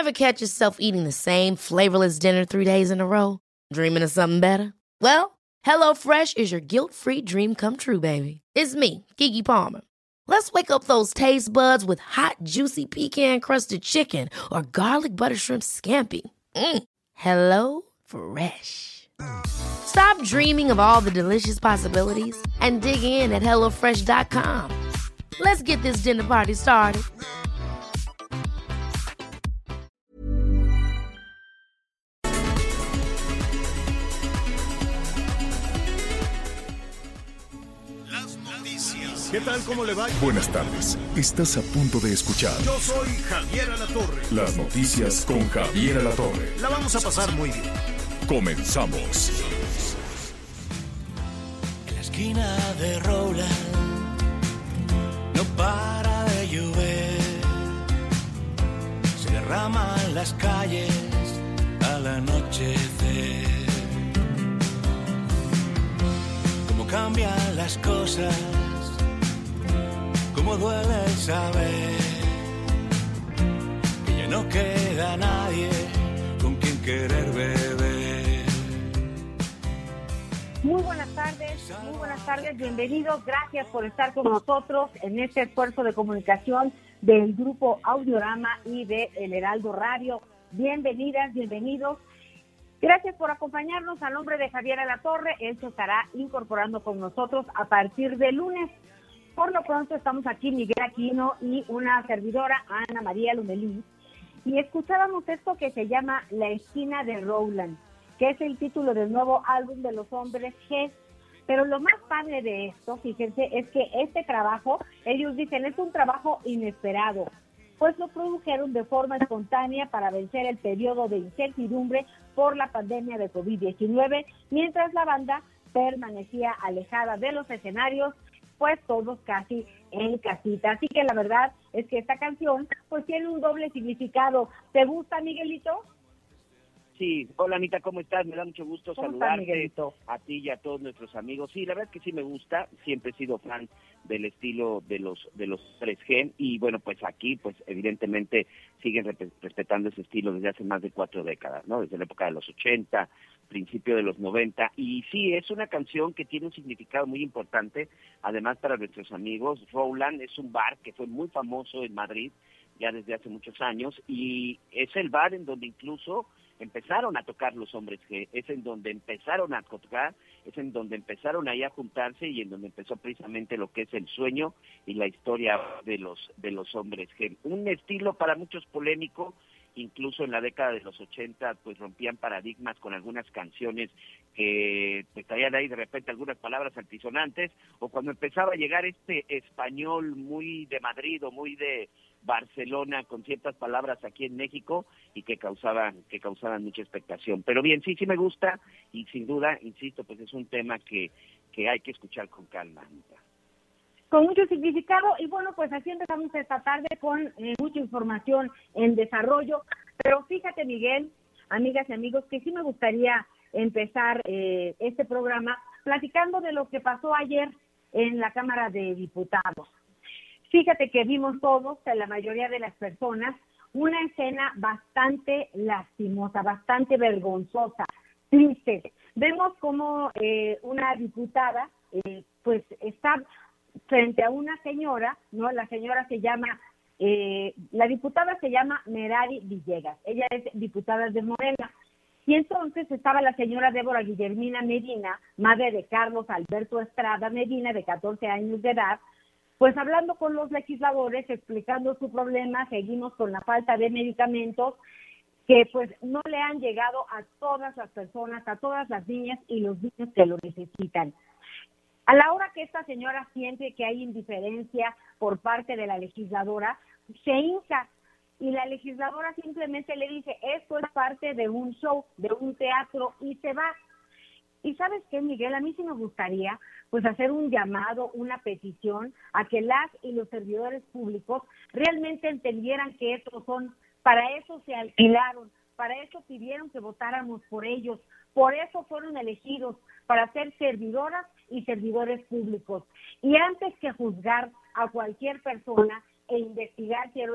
Ever catch yourself eating the same flavorless dinner 3 days in a row? Dreaming of something better? Well, HelloFresh is your guilt-free dream come true, baby. It's me, Keke Palmer. Let's wake up those taste buds with hot, juicy pecan-crusted chicken or garlic butter shrimp scampi. Hello Fresh. Stop dreaming of all the delicious possibilities and dig in at HelloFresh.com. Let's get this dinner party started. ¿Qué tal? ¿Cómo le va? Buenas tardes. Estás a punto de escuchar. Yo soy Javier Alatorre. Las noticias con Javier Alatorre. La vamos a pasar muy bien. Comenzamos. En la esquina de Rowland no para de llover. Se derraman las calles al anochecer. Cómo cambian las cosas. Cómo duele el saber que ya no queda nadie con quien querer beber. Muy buenas tardes, bienvenidos, gracias por estar con nosotros en este esfuerzo de comunicación del Grupo Audiorama y de El Heraldo Radio. Bienvenidas, bienvenidos. Gracias por acompañarnos. A nombre de Javier Alatorre, él se estará incorporando con nosotros a partir de lunes. Por lo pronto estamos aquí Miguel Aquino y una servidora, Ana María Lomelí, y escuchábamos esto que se llama La esquina de Rowland, que es el título del nuevo álbum de los Hombres G. Pero lo más padre de esto, fíjense, es que este trabajo, ellos dicen, es un trabajo inesperado, pues lo produjeron de forma espontánea para vencer el periodo de incertidumbre por la pandemia de COVID-19, mientras la banda permanecía alejada de los escenarios, pues todos casi en casita. Así que la verdad es que esta canción pues tiene un doble significado. ¿Te gusta, Miguelito? Sí, hola Anita, ¿cómo estás? Me da mucho gusto saludarte estás, a ti y a todos nuestros amigos. Sí, la verdad es que sí me gusta, siempre he sido fan del estilo de los 3G y bueno, pues aquí pues evidentemente siguen respetando ese estilo desde hace más de 4 décadas, ¿no? Desde la época de los 80, principio de los 90, y sí, es una canción que tiene un significado muy importante, además para nuestros amigos. Rowland es un bar que fue muy famoso en Madrid ya desde hace muchos años y es el bar en donde incluso empezaron a tocar los Hombres G, es en donde empezaron a tocar, es en donde empezaron ahí a juntarse y en donde empezó precisamente lo que es el sueño y la historia de los Hombres G. Un estilo para muchos polémico, incluso en la década de los 80 pues rompían paradigmas con algunas canciones que te traían ahí de repente algunas palabras altisonantes, o cuando empezaba a llegar este español muy de Madrid o muy de Barcelona con ciertas palabras aquí en México y que causaban mucha expectación. Pero bien, sí me gusta y sin duda, insisto, pues es un tema que hay que escuchar con calma, Anita. Con mucho significado, y bueno, pues así empezamos esta tarde con mucha información en desarrollo, pero fíjate, Miguel, amigas y amigos, que sí me gustaría empezar este programa platicando de lo que pasó ayer en la Cámara de Diputados. Fíjate que vimos todos, la mayoría de las personas, una escena bastante lastimosa, bastante vergonzosa, triste. Vemos como una diputada pues está frente a una señora, ¿no? La señora se llama, la diputada se llama Merari Villegas, ella es diputada de Morena, y entonces estaba la señora Débora Guillermina Medina, madre de Carlos Alberto Estrada Medina, de 14 años de edad, pues hablando con los legisladores, explicando su problema. Seguimos con la falta de medicamentos que pues no le han llegado a todas las personas, a todas las niñas y los niños que lo necesitan. A la hora que esta señora siente que hay indiferencia por parte de la legisladora, se hinca y la legisladora simplemente le dice, esto es parte de un show, de un teatro, y se va. Y ¿sabes qué, Miguel? A mí sí me gustaría pues hacer un llamado, una petición a que las y los servidores públicos realmente entendieran que estos son, para eso se alquilaron, para eso pidieron que votáramos por ellos, por eso fueron elegidos, para ser servidoras y servidores públicos. Y antes que juzgar a cualquier persona e investigar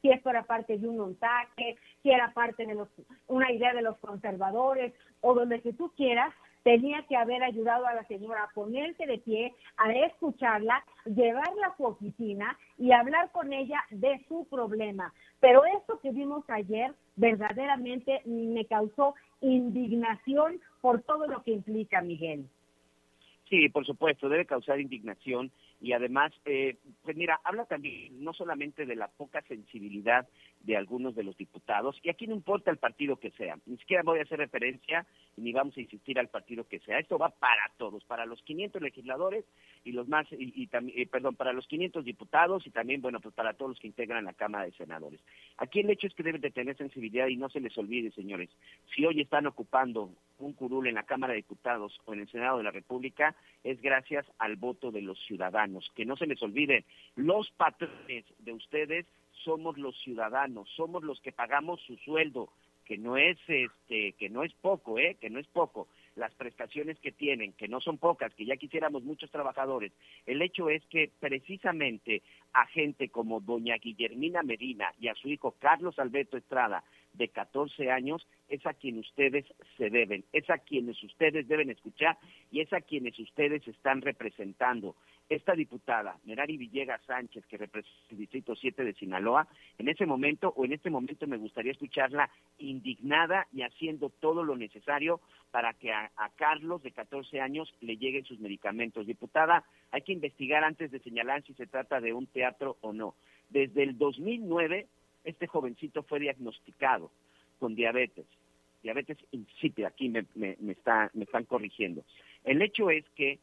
si esto era parte de un montaje, si era parte de una idea de los conservadores o donde que tú quieras. Tenía que haber ayudado a la señora a ponerse de pie, a escucharla, llevarla a su oficina y hablar con ella de su problema. Pero esto que vimos ayer verdaderamente me causó indignación por todo lo que implica, Miguel. Sí, por supuesto, debe causar indignación y además, pues mira, habla también no solamente de la poca sensibilidad de algunos de los diputados, y aquí no importa el partido que sea, ni siquiera voy a hacer referencia ni vamos a insistir al partido que sea, esto va para todos, para los 500 legisladores y los más, para los 500 diputados y también, bueno, pues para todos los que integran la Cámara de Senadores. Aquí el hecho es que deben de tener sensibilidad y no se les olvide, señores, si hoy están ocupando un curul en la Cámara de Diputados o en el Senado de la República, es gracias al voto de los ciudadanos. Que no se les olvide, los patrones de ustedes somos los ciudadanos, somos los que pagamos su sueldo, que no es poco, que no es poco. Las prestaciones que tienen, que no son pocas, que ya quisiéramos muchos trabajadores. El hecho es que precisamente a gente como doña Guillermina Medina y a su hijo Carlos Alberto Estrada, de 14 años, es a quien ustedes se deben, es a quienes ustedes deben escuchar y es a quienes ustedes están representando. Esta diputada, Merari Villegas Sánchez, que representa el Distrito 7 de Sinaloa, en este momento me gustaría escucharla indignada y haciendo todo lo necesario para que a Carlos, de 14 años, le lleguen sus medicamentos. Diputada, hay que investigar antes de señalar si se trata de un teatro o no. Desde el 2009, este jovencito fue diagnosticado con diabetes insípida, aquí me están corrigiendo. El hecho es que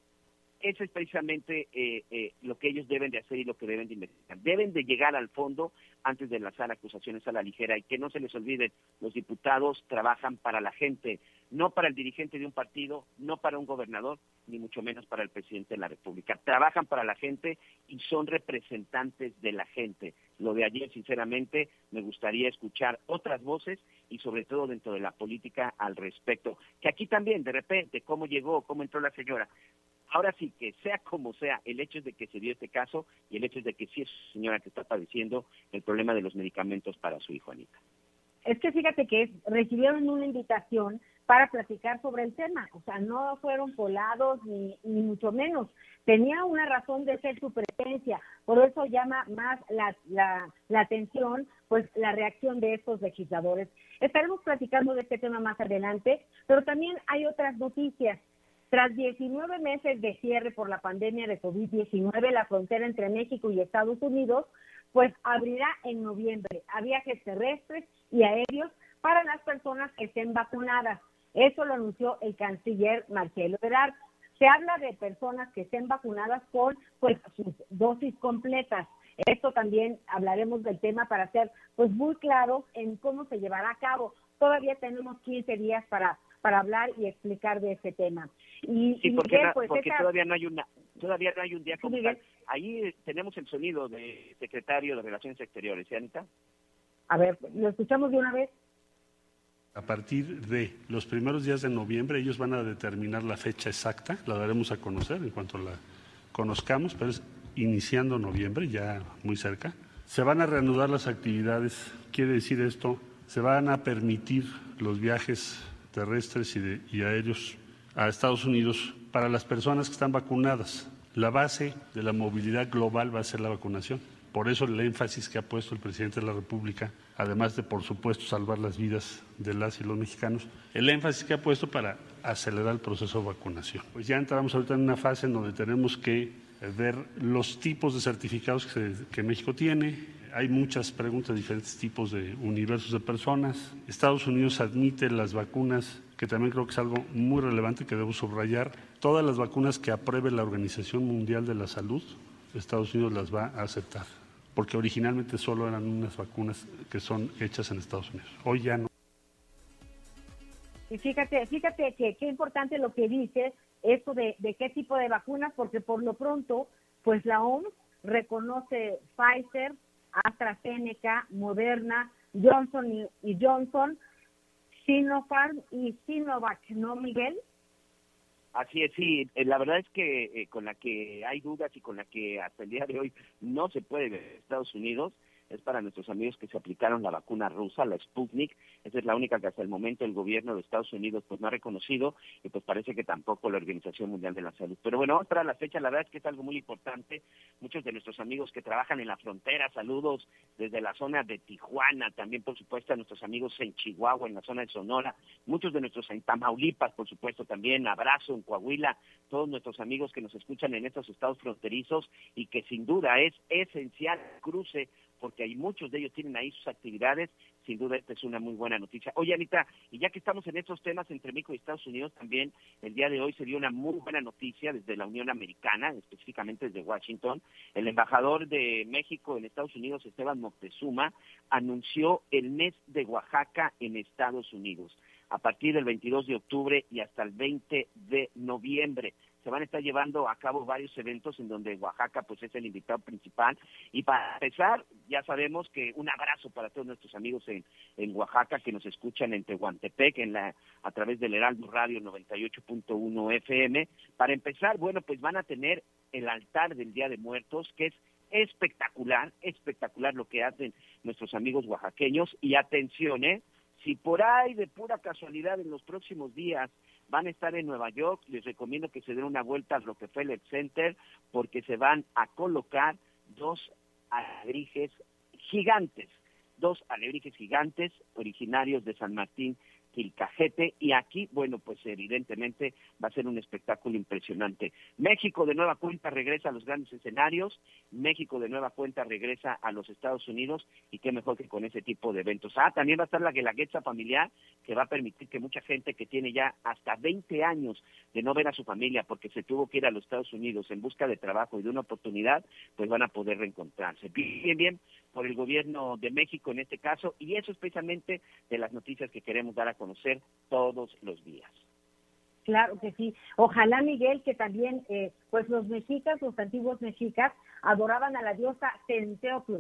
eso es precisamente lo que ellos deben de hacer y lo que deben de investigar. Deben de llegar al fondo antes de lanzar acusaciones a la ligera y que no se les olvide, los diputados trabajan para la gente, no para el dirigente de un partido, no para un gobernador, ni mucho menos para el presidente de la República. Trabajan para la gente y son representantes de la gente. Lo de ayer, sinceramente, me gustaría escuchar otras voces y sobre todo dentro de la política al respecto. Que aquí también, de repente, cómo entró la señora. Ahora sí, que sea como sea, el hecho es de que se dio este caso y el hecho es de que sí es señora que está padeciendo el problema de los medicamentos para su hijo, Anita. Es que fíjate que recibieron una invitación para platicar sobre el tema, o sea, no fueron colados ni mucho menos. Tenía una razón de ser su presencia, por eso llama más la atención, pues la reacción de estos legisladores. Estaremos platicando de este tema más adelante, pero también hay otras noticias. Tras 19 meses de cierre por la pandemia de COVID-19, la frontera entre México y Estados Unidos, pues abrirá en noviembre a viajes terrestres y aéreos para las personas que estén vacunadas. Eso lo anunció el canciller Marcelo Ebrard. Se habla de personas que estén vacunadas con pues sus dosis completas. Esto también hablaremos del tema para ser pues muy claros en cómo se llevará a cabo. Todavía tenemos 15 días para hablar y explicar de este tema. Sí, porque todavía no hay un día como tal. Ahí tenemos el sonido del secretario de Relaciones Exteriores, ¿sí, Anita? A ver, ¿lo escuchamos de una vez? A partir de los primeros días de noviembre ellos van a determinar la fecha exacta, la daremos a conocer en cuanto la conozcamos, pero es iniciando noviembre, ya muy cerca. Se van a reanudar las actividades, quiere decir esto, se van a permitir los viajes terrestres y aéreos a Estados Unidos para las personas que están vacunadas. La base de la movilidad global va a ser la vacunación. Por eso el énfasis que ha puesto el presidente de la República, además de, por supuesto, salvar las vidas de las y los mexicanos, el énfasis que ha puesto para acelerar el proceso de vacunación. Pues ya entramos ahorita en una fase en donde tenemos que ver los tipos de certificados que México tiene. Hay muchas preguntas, diferentes tipos de universos de personas. Estados Unidos admite las vacunas, que también creo que es algo muy relevante que debo subrayar. Todas las vacunas que apruebe la Organización Mundial de la Salud, Estados Unidos las va a aceptar, porque originalmente solo eran unas vacunas que son hechas en Estados Unidos. Hoy ya no. Y fíjate que qué importante lo que dices, esto de qué tipo de vacunas, porque por lo pronto, pues la OMS reconoce Pfizer, AstraZeneca, Moderna, Johnson y Johnson, Sinopharm y Sinovac, ¿no, Miguel? Así es, sí. La verdad es que con la que hay dudas y con la que hasta el día de hoy no se puede ver en Estados Unidos es para nuestros amigos que se aplicaron la vacuna rusa, la Sputnik. Esa es la única que hasta el momento el gobierno de Estados Unidos pues no ha reconocido, y pues parece que tampoco la Organización Mundial de la Salud. Pero bueno, vamos para la fecha, la verdad es que es algo muy importante. Muchos de nuestros amigos que trabajan en la frontera, saludos desde la zona de Tijuana, también por supuesto a nuestros amigos en Chihuahua, en la zona de Sonora, muchos de nuestros en Tamaulipas, por supuesto también, abrazo en Coahuila, todos nuestros amigos que nos escuchan en estos estados fronterizos, y que sin duda es esencial el cruce, porque hay muchos de ellos tienen ahí sus actividades. Sin duda esta es una muy buena noticia. Oye, Anita, y ya que estamos en estos temas entre México y Estados Unidos, también el día de hoy se dio una muy buena noticia desde la Unión Americana, específicamente desde Washington. El embajador de México en Estados Unidos, Esteban Moctezuma, anunció el mes de Oaxaca en Estados Unidos. A partir del 22 de octubre y hasta el 20 de noviembre. Se van a estar llevando a cabo varios eventos en donde Oaxaca pues es el invitado principal. Y para empezar, ya sabemos que un abrazo para todos nuestros amigos en Oaxaca que nos escuchan en Tehuantepec, a través del Heraldo Radio 98.1 FM. Para empezar, bueno, pues van a tener el altar del Día de Muertos, que es espectacular lo que hacen nuestros amigos oaxaqueños. Y atención, si por ahí de pura casualidad en los próximos días van a estar en Nueva York, les recomiendo que se den una vuelta al Rockefeller Center, porque se van a colocar dos alebrijes gigantes originarios de San Martín Quilcajete, y aquí, bueno, pues evidentemente va a ser un espectáculo impresionante. México de nueva cuenta regresa a los grandes escenarios, México de nueva cuenta regresa a los Estados Unidos, y qué mejor que con ese tipo de eventos. También va a estar la Guelaguetza familiar, que va a permitir que mucha gente que tiene ya hasta 20 años de no ver a su familia porque se tuvo que ir a los Estados Unidos en busca de trabajo y de una oportunidad, pues van a poder reencontrarse. Bien, por el gobierno de México en este caso, y eso es precisamente de las noticias que queremos dar a conocer todos los días. Claro que sí. Ojalá, Miguel, que también pues los antiguos mexicas, adoraban a la diosa Tentleotl,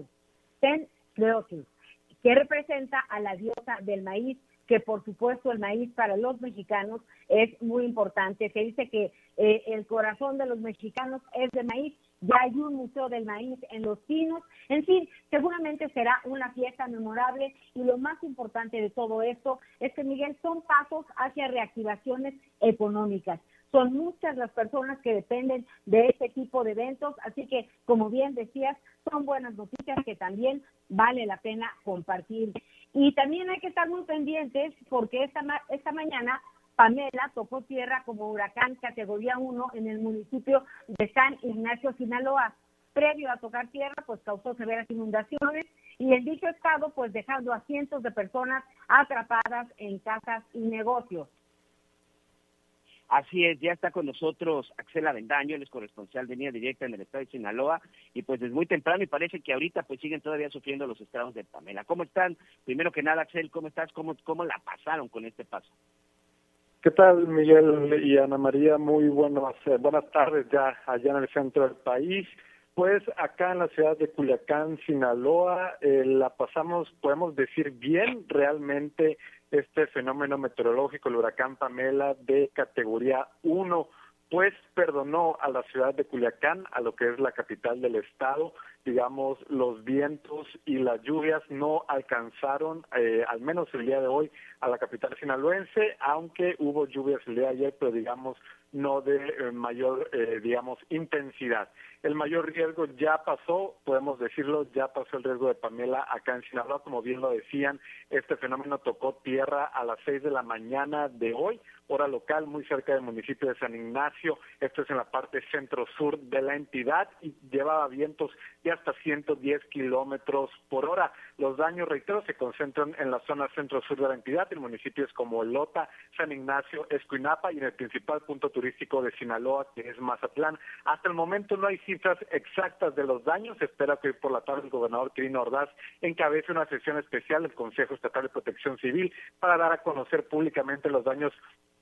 que representa a la diosa del maíz, que por supuesto el maíz para los mexicanos es muy importante. Se dice que el corazón de los mexicanos es de maíz. Ya hay un museo del maíz en Los Pinos. En fin, seguramente será una fiesta memorable, y lo más importante de todo esto es que, Miguel, son pasos hacia reactivaciones económicas. Son muchas las personas que dependen de este tipo de eventos, así que, como bien decías, son buenas noticias que también vale la pena compartir. Y también hay que estar muy pendientes, porque esta mañana Pamela tocó tierra como huracán categoría 1 en el municipio de San Ignacio, Sinaloa. Previo a tocar tierra, pues causó severas inundaciones, y en dicho estado, pues dejando a cientos de personas atrapadas en casas y negocios. Así es, ya está con nosotros Axel Avendaño, él es corresponsal de Línea Directa en el estado de Sinaloa, y pues es muy temprano y parece que ahorita pues siguen todavía sufriendo los estragos de Pamela. ¿Cómo están? Primero que nada, Axel, ¿cómo estás? ¿Cómo la pasaron con este paso? ¿Qué tal, Miguel y Ana María? Muy buenas tardes ya allá en el centro del país. Pues acá en la ciudad de Culiacán, Sinaloa, la pasamos, podemos decir bien, realmente este fenómeno meteorológico, el huracán Pamela de categoría 1, pues perdonó a la ciudad de Culiacán, a lo que es la capital del estado. Digamos, los vientos y las lluvias no alcanzaron, al menos el día de hoy, a la capital sinaloense, aunque hubo lluvias el día de ayer, pero digamos, no de mayor, intensidad. El mayor riesgo ya pasó, podemos decirlo, ya pasó el riesgo de Pamela acá en Sinaloa. Como bien lo decían, este fenómeno tocó tierra a las 6 de la mañana de hoy, hora local, muy cerca del municipio de San Ignacio. Esto es en la parte centro-sur de la entidad, y llevaba vientos de hasta 110 kilómetros por hora. Los daños, reitero, se concentran en la zona centro-sur de la entidad, en municipios como Lota, San Ignacio, Escuinapa, y en el principal punto turístico de Sinaloa, que es Mazatlán. Hasta el momento no hay cifras exactas de los daños. Se espera que hoy por la tarde el gobernador Quirino Ordaz encabece una sesión especial del Consejo Estatal de Protección Civil para dar a conocer públicamente los daños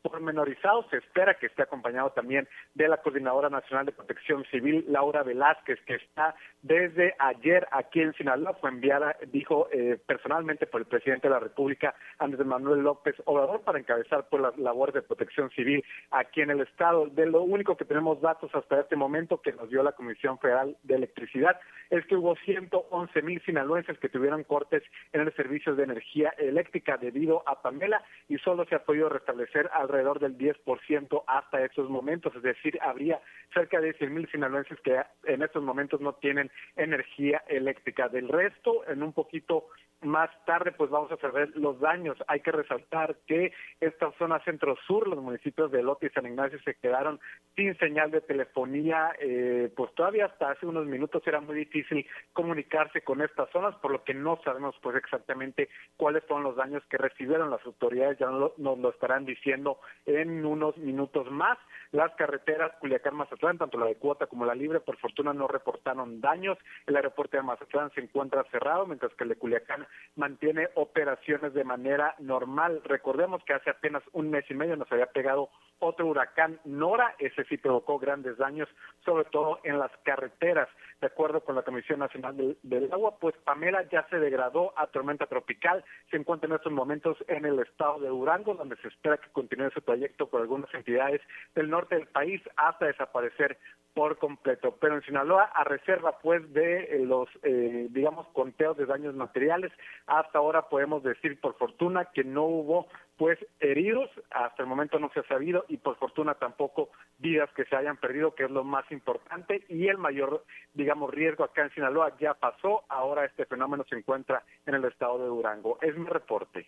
pormenorizado. Se espera que esté acompañado también de la Coordinadora Nacional de Protección Civil, Laura Velázquez, que está desde ayer aquí en Sinaloa. Fue enviada, dijo personalmente por el presidente de la República, Andrés Manuel López Obrador, para encabezar por las labores de protección civil aquí en el estado. De lo único que tenemos datos hasta este momento que nos dio la Comisión Federal de Electricidad es que hubo 111,000 sinaloenses que tuvieron cortes en el servicio de energía eléctrica debido a Pamela, y solo se ha podido restablecer alrededor del 10% hasta estos momentos, es decir, habría cerca de 100,000 sinaloenses que en estos momentos no tienen energía eléctrica. Del resto, en un poquito más tarde, pues vamos a saber los daños. Hay que resaltar que esta zona centro-sur, los municipios de Elote y San Ignacio, se quedaron sin señal de telefonía, pues todavía hasta hace unos minutos era muy difícil comunicarse con estas zonas, por lo que no sabemos pues exactamente cuáles fueron los daños que recibieron las autoridades. Ya nos lo estarán diciendo en unos minutos más. Las carreteras Culiacán-Mazatlán, tanto la de cuota como la libre, por fortuna no reportaron daños. El aeropuerto de Mazatlán se encuentra cerrado, mientras que el de Culiacán mantiene operaciones de manera normal. Recordemos que hace apenas un mes y medio nos había pegado otro huracán Nora. Ese sí provocó grandes daños, sobre todo en las carreteras. De acuerdo con la Comisión Nacional del Agua, pues Pamela ya se degradó a tormenta tropical. Se encuentra en estos momentos en el estado de Durango, donde se espera que continúe su trayecto por algunas entidades del norte del país hasta desaparecer por completo. Pero en Sinaloa, a reserva pues de los, digamos, conteos de daños materiales, hasta ahora podemos decir por fortuna que no hubo pues heridos, hasta el momento no se ha sabido, y por fortuna tampoco vidas que se hayan perdido, que es lo más importante, y el mayor, digamos, riesgo acá en Sinaloa ya pasó. Ahora este fenómeno se encuentra en el estado de Durango. Es mi reporte.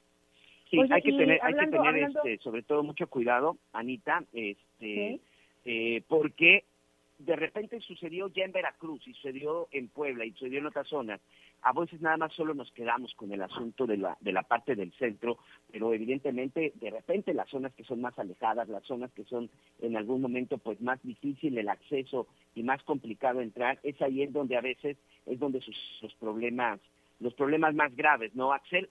Sí, Oye, hay que tener hablando... sobre todo mucho cuidado, Anita, ¿Sí? Porque de repente sucedió ya en Veracruz, y sucedió en Puebla, y sucedió en otras zonas. A veces nada más solo nos quedamos con el asunto de la parte del centro, pero evidentemente de repente las zonas que son más alejadas, las zonas que son en algún momento pues más difícil el acceso y más complicado entrar, es ahí en donde a veces es donde los problemas más graves, ¿no, Axel?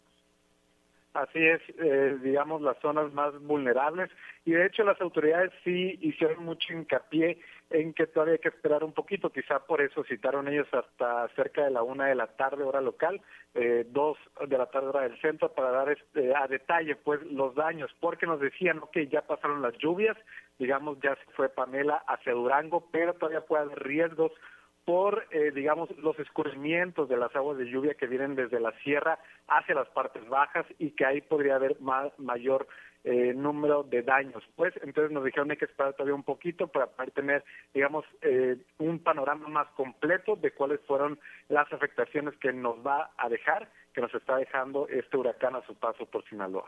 Así es, digamos, las zonas más vulnerables, y de hecho las autoridades sí hicieron mucho hincapié en que todavía hay que esperar un poquito. Quizá por eso citaron ellos hasta cerca de la 1 de la tarde hora local, 2 de la tarde hora del centro, para dar a detalle pues los daños, porque nos decían que ya pasaron las lluvias, digamos, ya se fue Pamela hacia Durango, pero todavía puede haber riesgos por, digamos, los escurrimientos de las aguas de lluvia que vienen desde la sierra hacia las partes bajas, y que ahí podría haber mayor número de daños. Pues entonces nos dijeron hay que esperar todavía un poquito para poder tener, digamos, un panorama más completo de cuáles fueron las afectaciones que nos va a dejar, que nos está dejando este huracán a su paso por Sinaloa.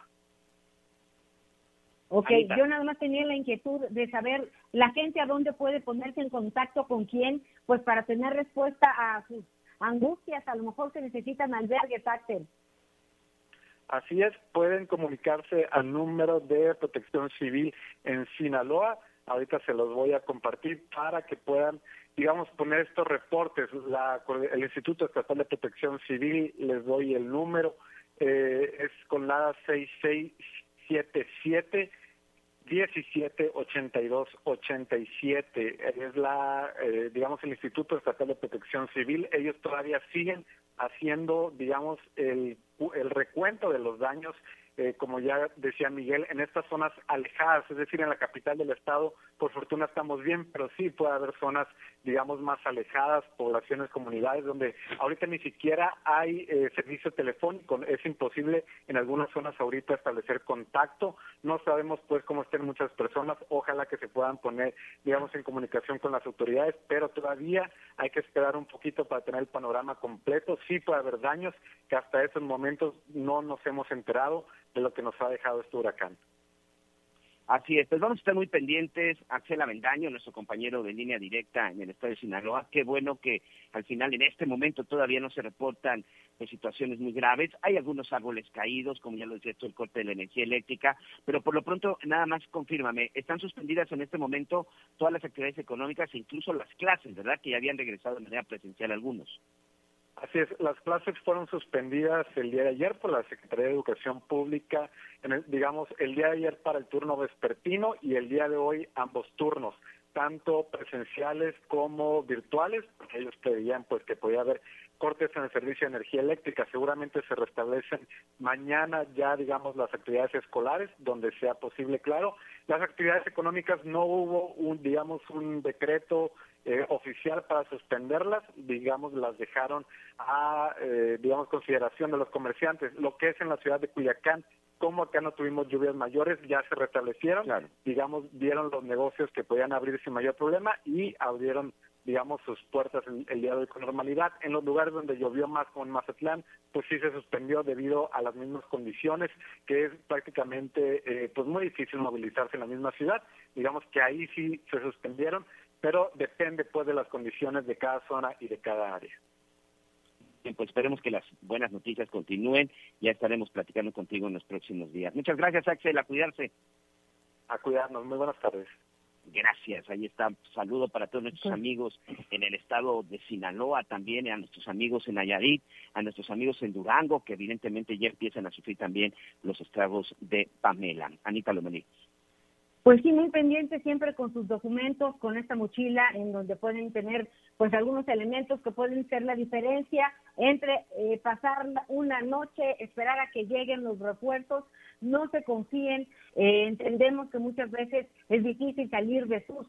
Ok, Anita. yo nada más tenía la inquietud de saber la gente a dónde puede ponerse en contacto con quién, pues para tener respuesta a sus angustias, a lo mejor que necesitan albergues, Axel. Así es, pueden comunicarse al número de Protección Civil en Sinaloa. Ahorita se los voy a compartir para que puedan, digamos, poner estos reportes. El Instituto Estatal de Protección Civil, les doy el número, es con la 6677 178287. Es digamos, el Instituto Estatal de Protección Civil. Ellos todavía siguen haciendo, digamos, el recuento de los daños, como ya decía Miguel, en estas zonas alejadas, es decir, en la capital del estado, por fortuna estamos bien, pero sí puede haber zonas, digamos, más alejadas, poblaciones, comunidades, donde ahorita ni siquiera hay servicio telefónico. Es imposible en algunas zonas ahorita establecer contacto. No sabemos, pues, cómo estén muchas personas. Ojalá que se puedan poner, digamos, en comunicación con las autoridades, pero todavía hay que esperar un poquito para tener el panorama completo. Sí puede haber daños que hasta esos momentos no nos hemos enterado de lo que nos ha dejado este huracán. Así es, pues vamos a estar muy pendientes. Axel Avendaño, nuestro compañero de línea directa en el estado de Sinaloa. Qué bueno que al final, en este momento, todavía no se reportan situaciones muy graves. Hay algunos árboles caídos, como ya lo decía tú, el corte de la energía eléctrica, pero por lo pronto, nada más confírmame, están suspendidas en este momento todas las actividades económicas e incluso las clases, ¿verdad?, que ya habían regresado de manera presencial algunos. Así es, las clases fueron suspendidas el día de ayer por la Secretaría de Educación Pública, el día de ayer para el turno vespertino y el día de hoy ambos turnos, tanto presenciales como virtuales, porque ellos pedían pues que podía haber cortes en el servicio de energía eléctrica. Seguramente se restablecen mañana ya, las actividades escolares, donde sea posible, claro. Las actividades económicas no hubo un decreto oficial para suspenderlas, las dejaron a, consideración de los comerciantes. Lo que es en la ciudad de Culiacán, como acá no tuvimos lluvias mayores, ya se restablecieron, claro. Vieron los negocios que podían abrir sin mayor problema y abrieron sus puertas el día de hoy con normalidad. En los lugares donde llovió más, como en Mazatlán, pues sí se suspendió debido a las mismas condiciones, que es prácticamente pues muy difícil movilizarse en la misma ciudad. Que ahí sí se suspendieron, pero depende pues de las condiciones de cada zona y de cada área. Bien, pues esperemos que las buenas noticias continúen. Ya estaremos platicando contigo en los próximos días. Muchas gracias, Axel, a cuidarse. A cuidarnos, muy buenas tardes. Gracias, ahí está. Saludo para todos nuestros amigos en el estado de Sinaloa, también a nuestros amigos en Nayarit, a nuestros amigos en Durango, que evidentemente ya empiezan a sufrir también los estragos de Pamela. Anita Lomelí. Pues sí, muy pendiente siempre con sus documentos, con esta mochila en donde pueden tener pues algunos elementos que pueden ser la diferencia entre pasar una noche, esperar a que lleguen los refuerzos. No se confíen, entendemos que muchas veces es difícil salir de sus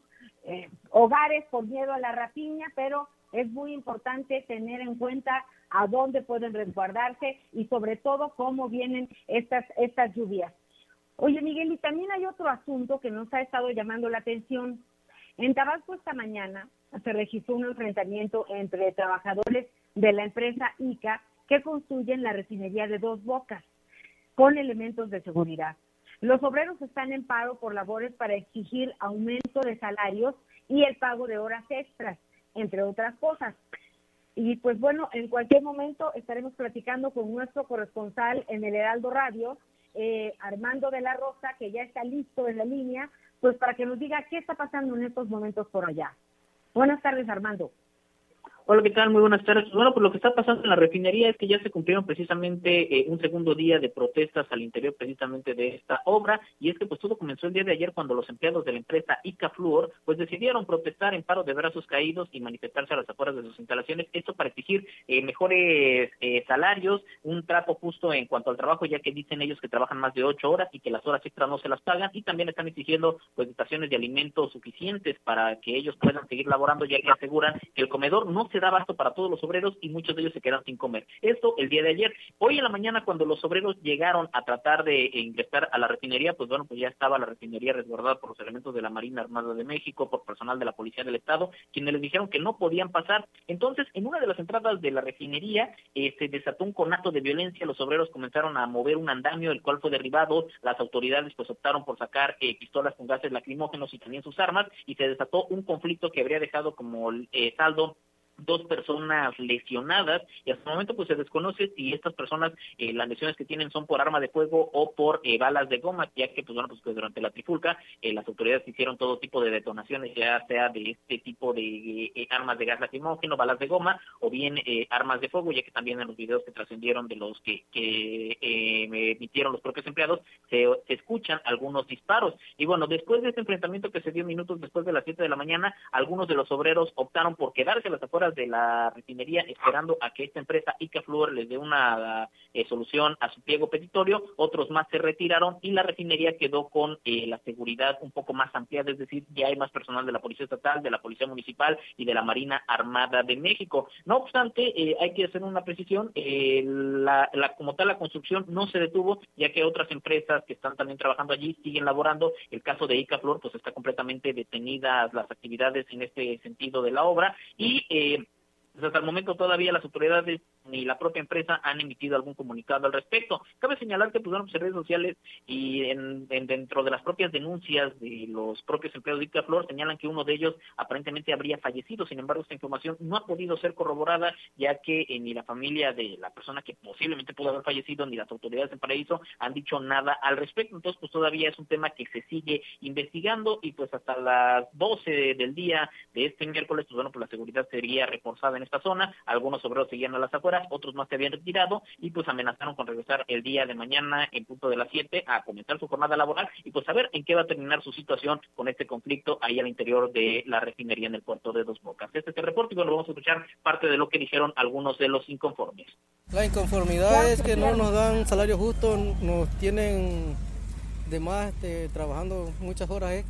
hogares por miedo a la rapiña, pero es muy importante tener en cuenta a dónde pueden resguardarse y sobre todo cómo vienen estas lluvias. Oye, Miguel, y también hay otro asunto que nos ha estado llamando la atención. En Tabasco esta mañana se registró un enfrentamiento entre trabajadores de la empresa ICA que construyen la refinería de Dos Bocas con elementos de seguridad. Los obreros están en paro por labores para exigir aumento de salarios y el pago de horas extras, entre otras cosas. Y pues bueno, en cualquier momento estaremos platicando con nuestro corresponsal en el Heraldo Radio, Armando de la Rosa, que ya está listo en la línea, pues para que nos diga qué está pasando en estos momentos por allá. Buenas tardes, Armando. Hola, ¿qué tal? Muy buenas tardes. Bueno, pues lo que está pasando en la refinería es que ya se cumplieron precisamente un segundo día de protestas al interior precisamente de esta obra, y es que pues todo comenzó el día de ayer cuando los empleados de la empresa ICA Fluor pues decidieron protestar en paro de brazos caídos y manifestarse a las afueras de sus instalaciones, esto para exigir mejores salarios, un trato justo en cuanto al trabajo, ya que dicen ellos que trabajan más de 8 horas y que las horas extras no se las pagan, y también están exigiendo pues dotaciones de alimentos suficientes para que ellos puedan seguir laborando, ya que aseguran que el comedor no se da abasto para todos los obreros y muchos de ellos se quedan sin comer. Esto el día de ayer. Hoy en la mañana, cuando los obreros llegaron a tratar de ingresar a la refinería, pues bueno, pues ya estaba la refinería resguardada por los elementos de la Marina Armada de México, por personal de la Policía del Estado, quienes les dijeron que no podían pasar. Entonces, en una de las entradas de la refinería se desató un conato de violencia, los obreros comenzaron a mover un andamio, el cual fue derribado, las autoridades pues optaron por sacar pistolas con gases lacrimógenos y también sus armas, y se desató un conflicto que habría dejado como saldo 2 personas lesionadas, y hasta el momento pues se desconoce si estas personas las lesiones que tienen son por arma de fuego o por balas de goma, ya que pues bueno, pues durante la trifulca las autoridades hicieron todo tipo de detonaciones, ya sea de este tipo de armas de gas lacrimógeno, balas de goma o bien armas de fuego, ya que también en los videos que trascendieron de los que emitieron los propios empleados se escuchan algunos disparos. Y bueno, después de este enfrentamiento que se dio minutos después de las 7 de la mañana, algunos de los obreros optaron por quedarse a las afueras de la refinería esperando a que esta empresa ICA Fluor les dé una solución a su pliego petitorio. Otros más se retiraron y la refinería quedó con la seguridad un poco más ampliada, es decir, ya hay más personal de la Policía Estatal, de la Policía Municipal y de la Marina Armada de México. No obstante, hay que hacer una precisión, como tal la construcción no se detuvo, ya que otras empresas que están también trabajando allí siguen laborando. El caso de ICA Fluor pues está completamente detenidas las actividades en este sentido de la obra, y pues hasta el momento todavía las autoridades ni la propia empresa han emitido algún comunicado al respecto. Cabe señalar que pues bueno, en redes sociales y dentro de las propias denuncias de los propios empleados de ICA Fluor señalan que uno de ellos aparentemente habría fallecido. Sin embargo, esta información no ha podido ser corroborada, ya que ni la familia de la persona que posiblemente pudo haber fallecido ni las autoridades en Paraíso han dicho nada al respecto. Entonces pues todavía es un tema que se sigue investigando, y pues hasta las 12 del día de este miércoles pues bueno, pues la seguridad sería reforzada en esta zona, algunos obreros seguían a las afueras, otros más se habían retirado y pues amenazaron con regresar el día de mañana en punto de las 7 a comenzar su jornada laboral y pues a ver en qué va a terminar su situación con este conflicto ahí al interior de la refinería en el puerto de Dos Bocas. Este es el reporte y bueno, vamos a escuchar parte de lo que dijeron algunos de los inconformes. La inconformidad es que no nos dan salario justo, nos tienen de más trabajando muchas horas.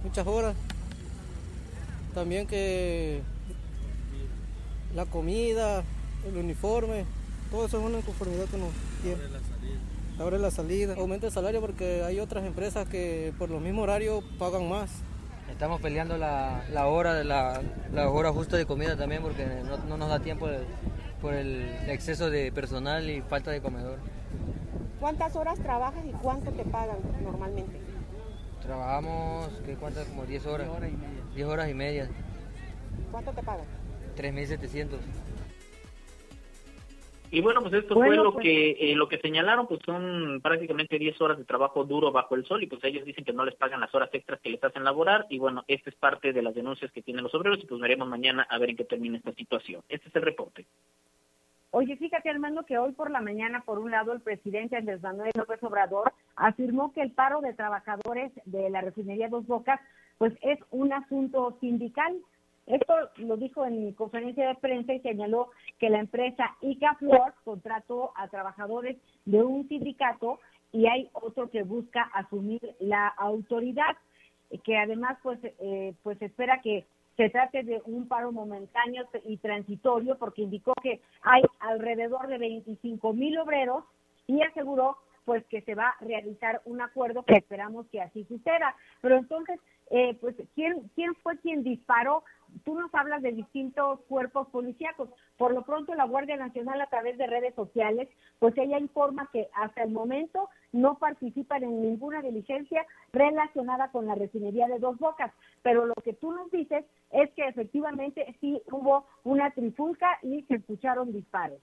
También que la comida, el uniforme, todo eso es una inconformidad que nos tiene. Ahora la salida. Aumenta el salario porque hay otras empresas que por los mismos horarios pagan más. Estamos peleando la hora justa de comida también porque no nos da tiempo por el exceso de personal y falta de comedor. ¿Cuántas horas trabajas y cuánto te pagan normalmente? Trabajamos, como 10 horas. 10 horas y media. ¿Cuánto te pagan? 3.700. Y bueno, pues esto fue lo que señalaron, pues son prácticamente 10 horas de trabajo duro bajo el sol y pues ellos dicen que no les pagan las horas extras que les hacen laborar y bueno, esta es parte de las denuncias que tienen los obreros y pues veremos mañana a ver en qué termina esta situación. Este es el reporte. Oye, fíjate, Armando, que hoy por la mañana, por un lado, el presidente Andrés Manuel López Obrador afirmó que el paro de trabajadores de la refinería Dos Bocas pues es un asunto sindical. Esto lo dijo en conferencia de prensa y señaló que la empresa Icaflor contrató a trabajadores de un sindicato y hay otro que busca asumir la autoridad, que además pues espera que se trate de un paro momentáneo y transitorio porque indicó que hay alrededor de 25,000 obreros y aseguró pues que se va a realizar un acuerdo que esperamos que así suceda. Pero entonces, pues, ¿quién fue quien disparó? Tú nos hablas de distintos cuerpos policíacos. Por lo pronto, la Guardia Nacional, a través de redes sociales, pues ella informa que hasta el momento no participan en ninguna diligencia relacionada con la refinería de Dos Bocas. Pero lo que tú nos dices es que efectivamente sí hubo una trifulca y se escucharon disparos.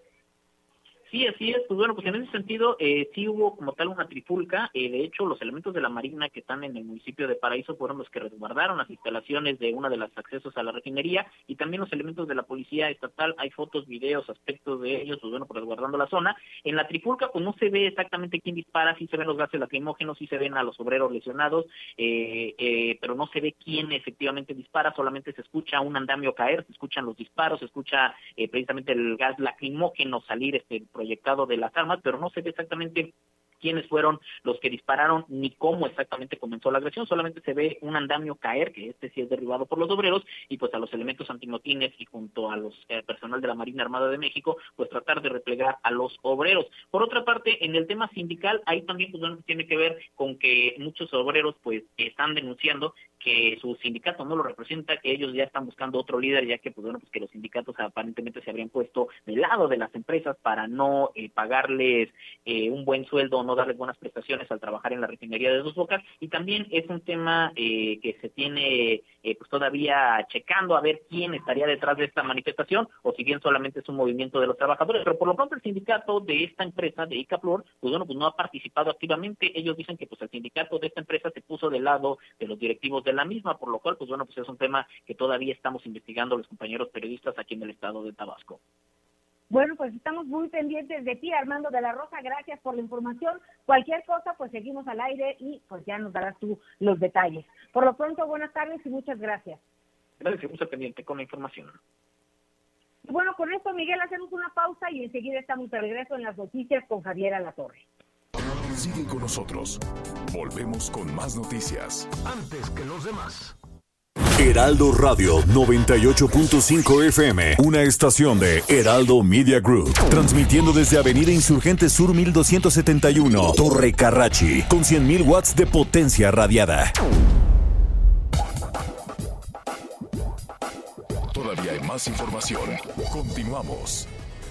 Sí, así es. Pues bueno, pues en ese sentido sí hubo como tal una trifulca. De hecho, los elementos de la Marina que están en el municipio de Paraíso fueron los que resguardaron las instalaciones de una de las accesos a la refinería y también los elementos de la policía estatal. Hay fotos, videos, aspectos de ellos, pues bueno, pues resguardando la zona. En la trifulca pues no se ve exactamente quién dispara, sí se ven los gases lacrimógenos, sí se ven a los obreros lesionados, pero no se ve quién efectivamente dispara, solamente se escucha un andamio caer, se escuchan los disparos, se escucha precisamente el gas lacrimógeno salir proyectado de las armas, pero no se ve exactamente quiénes fueron los que dispararon ni cómo exactamente comenzó la agresión, solamente se ve un andamio caer, que sí es derribado por los obreros, y pues a los elementos antimotines y junto a los personal de la Marina Armada de México, pues tratar de replegar a los obreros. Por otra parte, en el tema sindical, ahí también pues bueno, tiene que ver con que muchos obreros pues están denunciando que su sindicato no lo representa, que ellos ya están buscando otro líder, ya que pues bueno, pues que los sindicatos aparentemente se habrían puesto del lado de las empresas para no pagarles un buen sueldo, no darles buenas prestaciones al trabajar en la refinería de Dos Bocas, y también es un tema que se tiene pues todavía checando a ver quién estaría detrás de esta manifestación, o si bien solamente es un movimiento de los trabajadores, pero por lo pronto el sindicato de esta empresa, de Icaflor, pues bueno, pues no ha participado activamente. Ellos dicen que pues el sindicato de esta empresa se puso del lado de los directivos de la misma, por lo cual pues bueno, pues es un tema que todavía estamos investigando los compañeros periodistas aquí en el estado de Tabasco. Bueno, pues estamos muy pendientes de ti, Armando de la Rosa, gracias por la información. Cualquier cosa, pues seguimos al aire y pues ya nos darás tú los detalles. Por lo pronto, buenas tardes y muchas gracias. Gracias, seguimos al pendiente con la información. Y bueno, con esto, Miguel, hacemos una pausa y enseguida estamos de regreso en las noticias con Javier Alatorre. Sigue con nosotros. Volvemos con más noticias. Antes que los demás. Heraldo Radio 98.5 FM, una estación de Heraldo Media Group, transmitiendo desde Avenida Insurgente Sur 1271, Torre Carrachi, con 100,000 watts de potencia radiada. Todavía hay más información. Continuamos.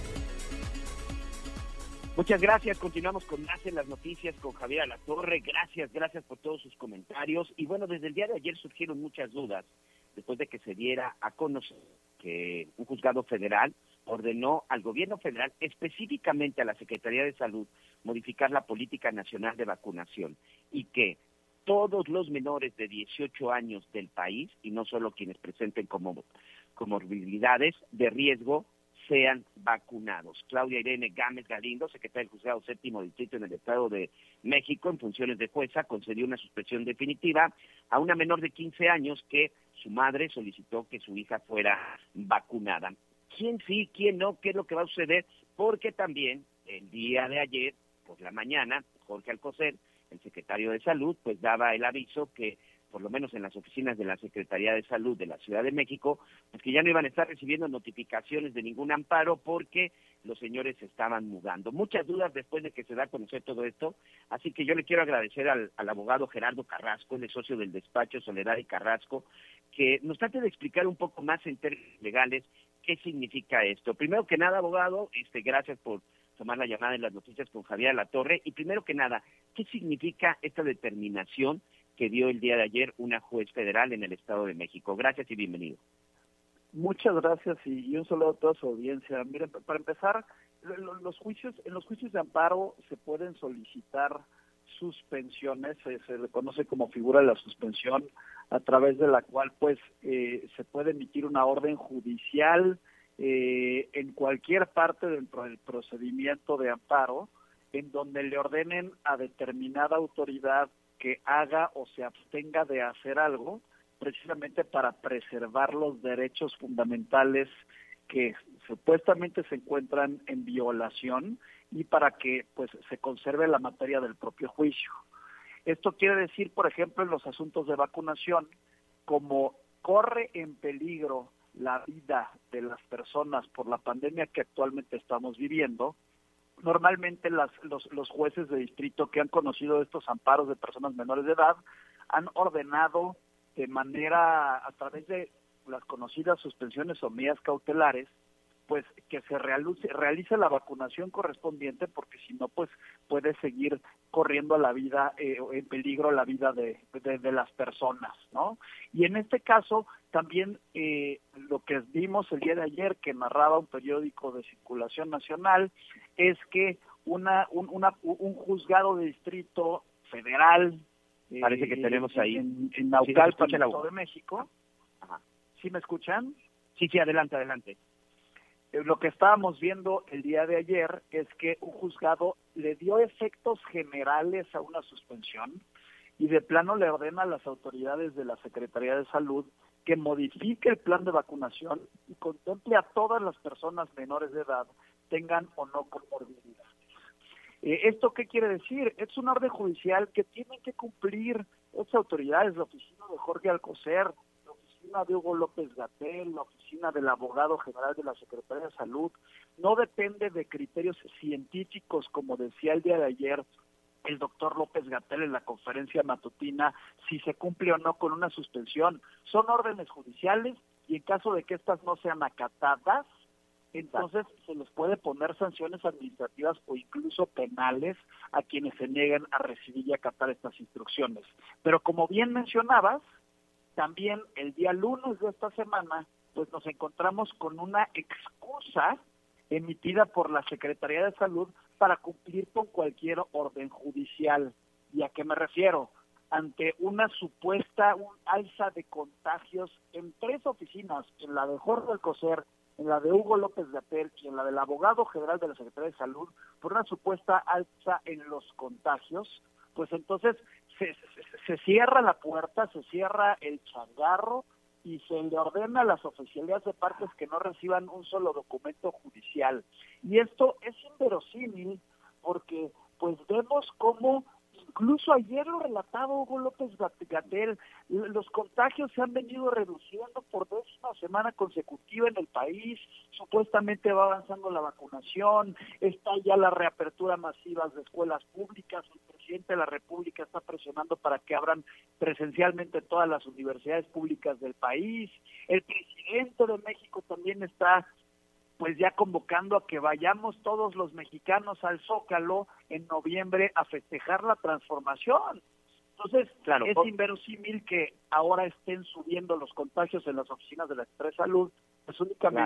Muchas gracias, continuamos con más en las noticias con Javier Alatorre. Gracias por todos sus comentarios. Y bueno, desde el día de ayer surgieron muchas dudas después de que se diera a conocer que un juzgado federal ordenó al gobierno federal, específicamente a la Secretaría de Salud, modificar la política nacional de vacunación y que todos los menores de 18 años del país, y no solo quienes presenten comorbilidades de riesgo, sean vacunados. Claudia Irene Gámez Galindo, secretaria del Juzgado Séptimo Distrito en el Estado de México, en funciones de jueza, concedió una suspensión definitiva a una menor de 15 años que su madre solicitó que su hija fuera vacunada. ¿Quién sí, quién no? ¿Qué es lo que va a suceder? Porque también el día de ayer, por la mañana, Jorge Alcocer, el secretario de Salud, pues daba el aviso que por lo menos en las oficinas de la Secretaría de Salud de la Ciudad de México, pues que ya no iban a estar recibiendo notificaciones de ningún amparo porque los señores se estaban mudando. Muchas dudas después de que se da a conocer todo esto, así que yo le quiero agradecer al abogado Gerardo Carrasco, el socio del despacho Soledad y Carrasco, que nos trate de explicar un poco más en términos legales qué significa esto. Primero que nada, abogado, gracias por tomar la llamada en las noticias con Javier Alatorre, y primero que nada, ¿qué significa esta determinación que dio el día de ayer una juez federal en el Estado de México? Gracias y bienvenido. Muchas gracias y un saludo a toda su audiencia. Miren, para empezar, en los juicios de amparo se pueden solicitar suspensiones, se le conoce como figura de la suspensión, a través de la cual pues se puede emitir una orden judicial en cualquier parte dentro del procedimiento de amparo, en donde le ordenen a determinada autoridad que haga o se abstenga de hacer algo, precisamente para preservar los derechos fundamentales que supuestamente se encuentran en violación y para que pues se conserve la materia del propio juicio. Esto quiere decir, por ejemplo, en los asuntos de vacunación, como corre en peligro la vida de las personas por la pandemia que actualmente estamos viviendo, normalmente los jueces de distrito que han conocido estos amparos de personas menores de edad han ordenado de manera, a través de las conocidas suspensiones o medidas cautelares, pues que se realice la vacunación correspondiente, porque si no, pues puede seguir corriendo la vida, en peligro la vida de las personas, ¿no? Y en este caso, también lo que vimos el día de ayer, que narraba un periódico de circulación nacional, es que un juzgado de distrito federal, parece que tenemos ahí en Naucalpan, Estado de México. Ajá. ¿Sí me escuchan? Sí, adelante. Lo que estábamos viendo el día de ayer es que un juzgado le dio efectos generales a una suspensión y de plano le ordena a las autoridades de la Secretaría de Salud que modifique el plan de vacunación y contemple a todas las personas menores de edad, tengan o no comorbilidades. ¿Esto qué quiere decir? Es una orden judicial que tienen que cumplir estas autoridades, la oficina de Jorge Alcocer, la oficina de Hugo López-Gatell, la oficina del abogado general de la Secretaría de Salud. No depende de criterios científicos, como decía el día de ayer el doctor López-Gatell en la conferencia matutina, si se cumple o no con una suspensión. Son órdenes judiciales y en caso de que estas no sean acatadas, entonces se les puede poner sanciones administrativas o incluso penales a quienes se nieguen a recibir y acatar estas instrucciones. Pero como bien mencionabas, también el día lunes de esta semana, pues nos encontramos con una excusa emitida por la Secretaría de Salud para cumplir con cualquier orden judicial. ¿Y a qué me refiero? Ante una supuesta alza de contagios en 3 oficinas, en la de Jorge Alcocer, en la de Hugo López-Gatell y en la del abogado general de la Secretaría de Salud, por una supuesta alza en los contagios, pues entonces se cierra la puerta, se cierra el changarro y se le ordena a las oficialidades de partes que no reciban un solo documento judicial. Y esto es inverosímil porque pues vemos cómo, incluso ayer lo relataba Hugo López-Gatell, los contagios se han venido reduciendo por 10ª semana consecutiva en el país, supuestamente va avanzando la vacunación, está ya la reapertura masiva de escuelas públicas, el presidente de la República está presionando para que abran presencialmente todas las universidades públicas del país, el presidente de México también está pues ya convocando a que vayamos todos los mexicanos al Zócalo en noviembre a festejar la transformación. Entonces, claro, es inverosímil que ahora estén subiendo los contagios en las oficinas de la Secretaría de Salud, pues únicamente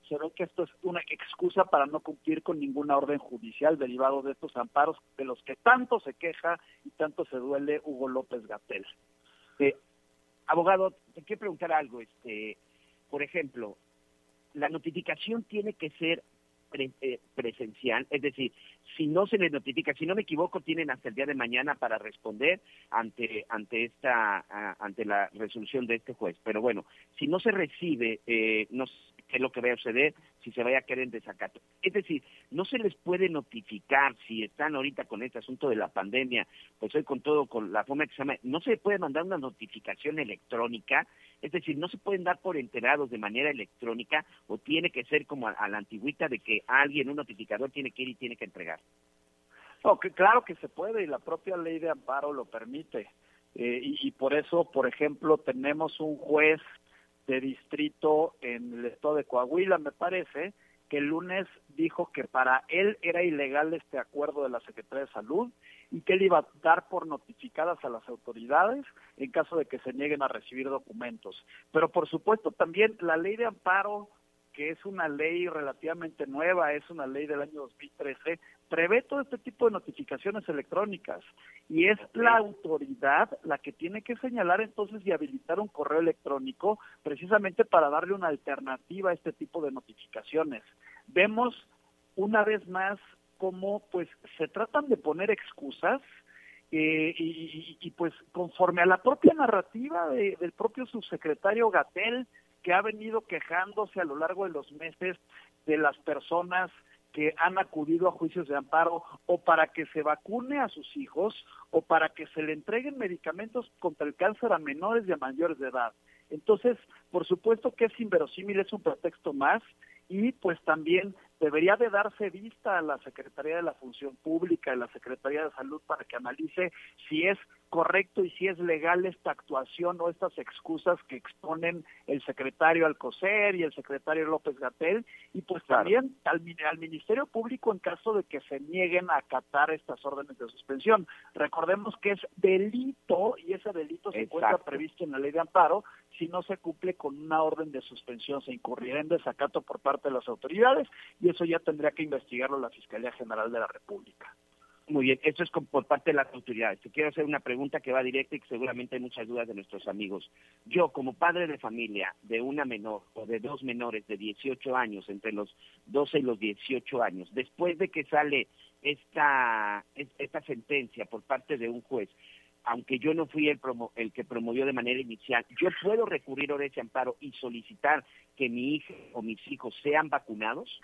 se ve que esto es una excusa para no cumplir con ninguna orden judicial derivado de estos amparos de los que tanto se queja y tanto se duele Hugo López-Gatell. Abogado, te quiero preguntar algo. Por ejemplo, la notificación tiene que ser presencial, es decir, si no se les notifica, si no me equivoco, tienen hasta el día de mañana para responder ante la resolución de este juez. Pero bueno, si no se recibe, no sé qué es lo que vaya a suceder, si se vaya a quedar en desacato. Es decir, no se les puede notificar si están ahorita con este asunto de la pandemia, pues hoy con la forma que se llama, no se puede mandar una notificación electrónica, es decir, no se pueden dar por enterados de manera electrónica, o tiene que ser como a la antigüita de que alguien, un notificador, tiene que ir y tiene que entregar. No, claro que se puede, y la propia ley de amparo lo permite. Y por eso, por ejemplo, tenemos un juez de distrito en el estado de Coahuila, me parece, que el lunes dijo que para él era ilegal este acuerdo de la Secretaría de Salud y que él iba a dar por notificadas a las autoridades en caso de que se nieguen a recibir documentos. Pero por supuesto también la ley de amparo, que es una ley relativamente nueva, es una ley del año 2013, prevé todo este tipo de notificaciones electrónicas, y es la autoridad la que tiene que señalar entonces y habilitar un correo electrónico precisamente para darle una alternativa a este tipo de notificaciones. Vemos una vez más cómo pues se tratan de poner excusas y pues conforme a la propia narrativa del propio subsecretario Gatell, que ha venido quejándose a lo largo de los meses de las personas que han acudido a juicios de amparo o para que se vacune a sus hijos o para que se le entreguen medicamentos contra el cáncer a menores y a mayores de edad. Entonces, por supuesto que es inverosímil, es un pretexto más, y pues también debería de darse vista a la Secretaría de la Función Pública, a la Secretaría de Salud, para que analice si es correcto y si es legal esta actuación o estas excusas que exponen el secretario Alcocer y el secretario López-Gatell, y pues también al Ministerio Público en caso de que se nieguen a acatar estas órdenes de suspensión. Recordemos que es delito, y ese delito se encuentra previsto en la ley de amparo. Si no se cumple con una orden de suspensión, se incurrirá en desacato por parte de las autoridades, y eso ya tendría que investigarlo la Fiscalía General de la República. Muy bien, esto es por parte de las autoridades. Te quiero hacer una pregunta que va directa y que seguramente hay muchas dudas de nuestros amigos. Yo, como padre de familia de una menor o de dos menores de 18 años, entre los 12 y los 18 años, después de que sale esta sentencia por parte de un juez, aunque yo no fui el que promovió de manera inicial, ¿yo puedo recurrir a ese amparo y solicitar que mi hija o mis hijos sean vacunados?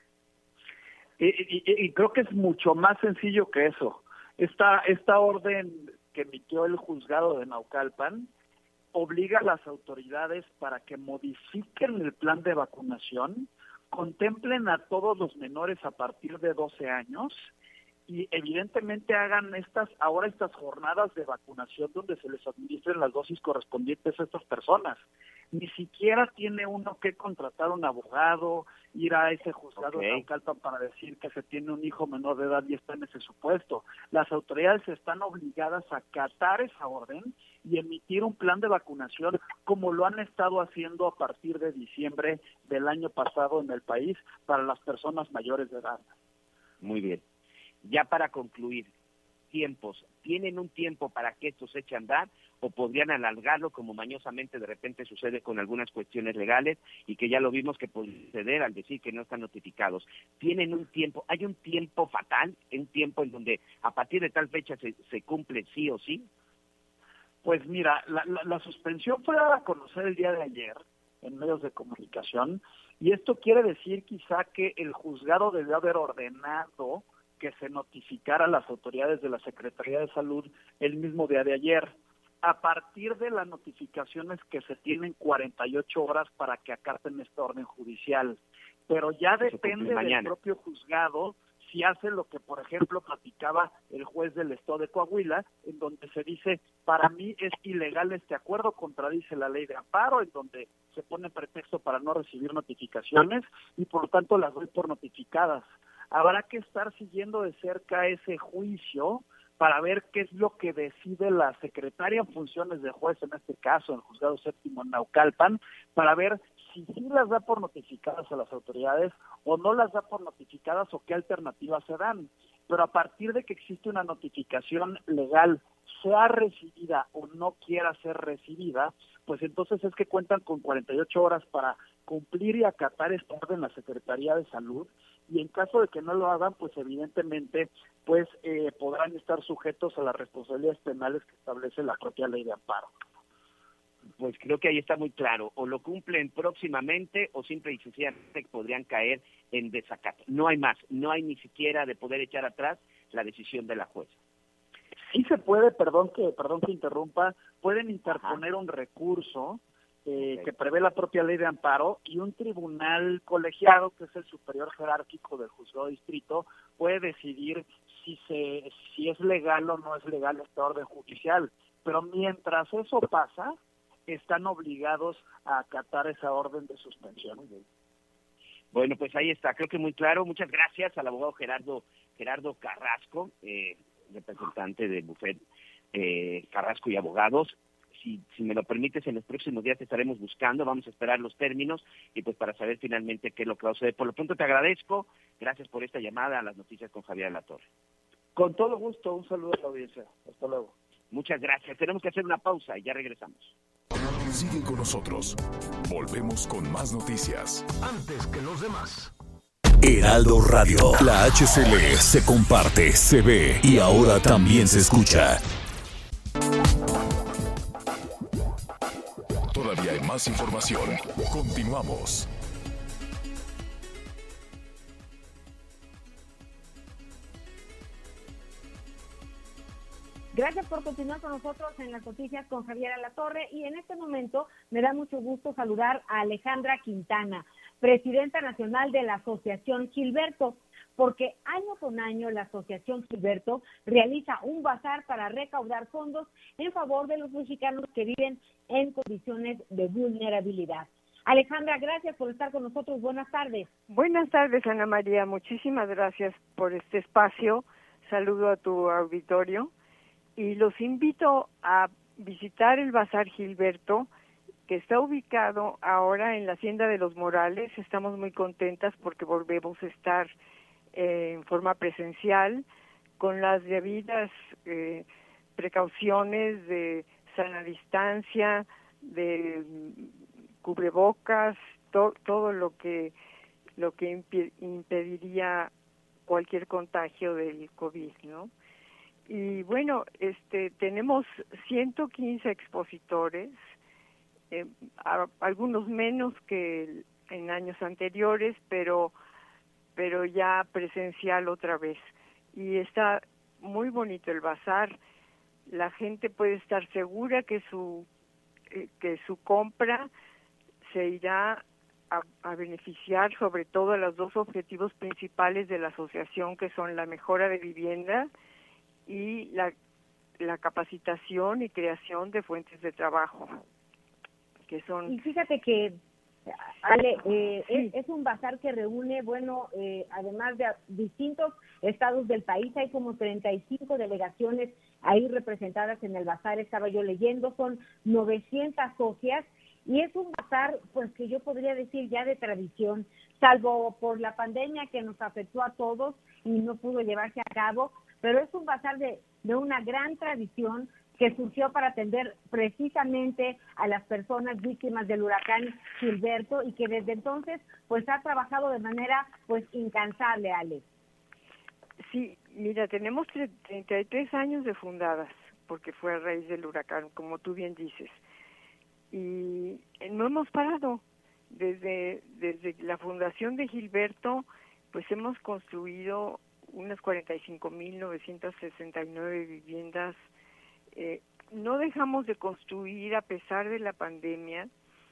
Y creo que es mucho más sencillo que eso. Esta orden que emitió el juzgado de Naucalpan obliga a las autoridades para que modifiquen el plan de vacunación, contemplen a todos los menores a partir de 12 años y evidentemente hagan estas jornadas de vacunación donde se les administren las dosis correspondientes a estas personas. Ni siquiera tiene uno que contratar un abogado, ir a ese juzgado de Naucalpan para decir que se tiene un hijo menor de edad y está en ese supuesto. Las autoridades están obligadas a acatar esa orden y emitir un plan de vacunación como lo han estado haciendo a partir de diciembre del año pasado en el país para las personas mayores de edad. Muy bien. Ya para concluir, tiempos, ¿tienen un tiempo para que esto se eche a andar o podrían alargarlo como mañosamente de repente sucede con algunas cuestiones legales y que ya lo vimos que puede suceder al decir que no están notificados? ¿Tienen un tiempo, hay un tiempo fatal, un tiempo en donde a partir de tal fecha se cumple sí o sí? Pues mira, la suspensión fue dada a conocer el día de ayer en medios de comunicación, y esto quiere decir quizá que el juzgado debió haber ordenado que se notificara a las autoridades de la Secretaría de Salud el mismo día de ayer. A partir de las notificaciones que se tienen 48 horas para que acaten esta orden judicial, pero ya depende del propio juzgado si hace lo que, por ejemplo, platicaba el juez del estado de Coahuila, en donde se dice, para mí es ilegal este acuerdo, contradice la ley de amparo, en donde se pone pretexto para no recibir notificaciones y por lo tanto las doy por notificadas. Habrá que estar siguiendo de cerca ese juicio para ver qué es lo que decide la secretaria en funciones de juez, en este caso, el juzgado séptimo en Naucalpan, para ver si sí las da por notificadas a las autoridades o no las da por notificadas o qué alternativas se dan. Pero a partir de que existe una notificación legal, sea recibida o no quiera ser recibida, pues entonces es que cuentan con 48 horas para cumplir y acatar esta orden la Secretaría de Salud, y en caso de que no lo hagan, pues evidentemente pues podrán estar sujetos a las responsabilidades penales que establece la propia ley de amparo. Pues creo que ahí está muy claro, o lo cumplen próximamente o simple y sencillamente podrían caer en desacato. No hay más, no hay ni siquiera de poder echar atrás la decisión de la jueza. Sí se puede, perdón que interrumpa, pueden interponer un recurso que prevé la propia ley de amparo, y un tribunal colegiado, que es el superior jerárquico del juzgado de distrito, puede decidir si es legal o no es legal esta orden judicial. Pero mientras eso pasa, están obligados a acatar esa orden de suspensión. Bueno, pues ahí está, creo que muy claro. Muchas gracias al abogado Gerardo Carrasco, representante del bufet Carrasco y Abogados. Si me lo permites, en los próximos días te estaremos buscando, vamos a esperar los términos y pues para saber finalmente qué es lo que va a suceder. Por lo pronto te agradezco, gracias por esta llamada a las noticias con Javier Alatorre. Con todo gusto, un saludo a la audiencia. Hasta luego. Muchas gracias, tenemos que hacer una pausa y ya regresamos. Sigue con nosotros. Volvemos con más noticias. Antes que los demás. Heraldo Radio. La HCL se comparte, se ve y ahora también se escucha. Todavía hay más información. Continuamos. Gracias por continuar con nosotros en las noticias con Javier Alatorre, y en este momento me da mucho gusto saludar a Alejandra Quintana, presidenta nacional de la Asociación Gilberto, porque año con año la Asociación Gilberto realiza un bazar para recaudar fondos en favor de los mexicanos que viven en condiciones de vulnerabilidad. Alejandra, gracias por estar con nosotros. Buenas tardes. Buenas tardes, Ana María. Muchísimas gracias por este espacio. Saludo a tu auditorio. Y los invito a visitar el Bazar Gilberto, que está ubicado ahora en la Hacienda de los Morales. Estamos muy contentas porque volvemos a estar en forma presencial, con las debidas precauciones de sana distancia, de cubrebocas, todo lo que impediría cualquier contagio del COVID, ¿no? Y bueno, tenemos 115 expositores, algunos menos que en años anteriores, pero ya presencial otra vez. Y está muy bonito el bazar. La gente puede estar segura que su compra se irá a beneficiar sobre todo a los dos objetivos principales de la asociación, que son la mejora de vivienda y la capacitación y creación de fuentes de trabajo, que son... Y fíjate que, Ale, es un bazar que reúne, además de distintos estados del país, hay como 35 delegaciones ahí representadas en el bazar, estaba yo leyendo, son 900 socias, y es un bazar, pues que yo podría decir ya de tradición, salvo por la pandemia que nos afectó a todos y no pudo llevarse a cabo, pero es un bazar de una gran tradición que surgió para atender precisamente a las personas víctimas del huracán Gilberto, y que desde entonces pues ha trabajado de manera pues incansable, Ale. Sí, mira, tenemos 33 años de fundadas, porque fue a raíz del huracán, como tú bien dices, y no hemos parado. Desde la fundación de Gilberto, pues hemos construido unas 45,969 viviendas. No dejamos de construir a pesar de la pandemia.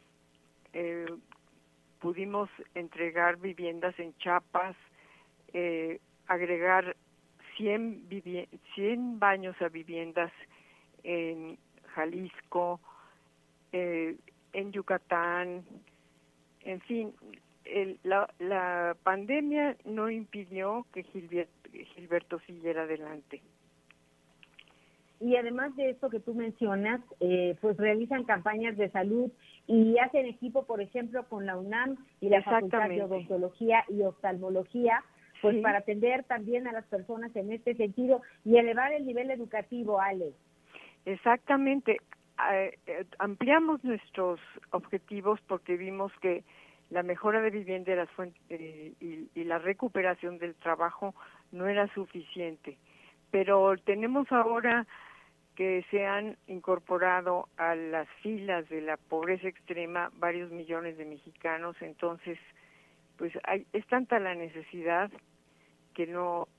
Pudimos entregar viviendas en Chiapas, agregar 100 baños a viviendas en Jalisco, en Yucatán, en fin. La pandemia no impidió que Gilberto siguiera adelante. y además de esto que tú mencionas, pues realizan campañas de salud y hacen equipo, por ejemplo, con la UNAM y la Facultad de Odontología y Oftalmología, pues sí, para atender también a las personas en este sentido y elevar el nivel educativo, Ale. Exactamente. Ampliamos nuestros objetivos porque vimos que la mejora de vivienda y la recuperación del trabajo no era suficiente. Pero tenemos ahora que se han incorporado a las filas de la pobreza extrema varios millones de mexicanos, entonces pues es tanta la necesidad que no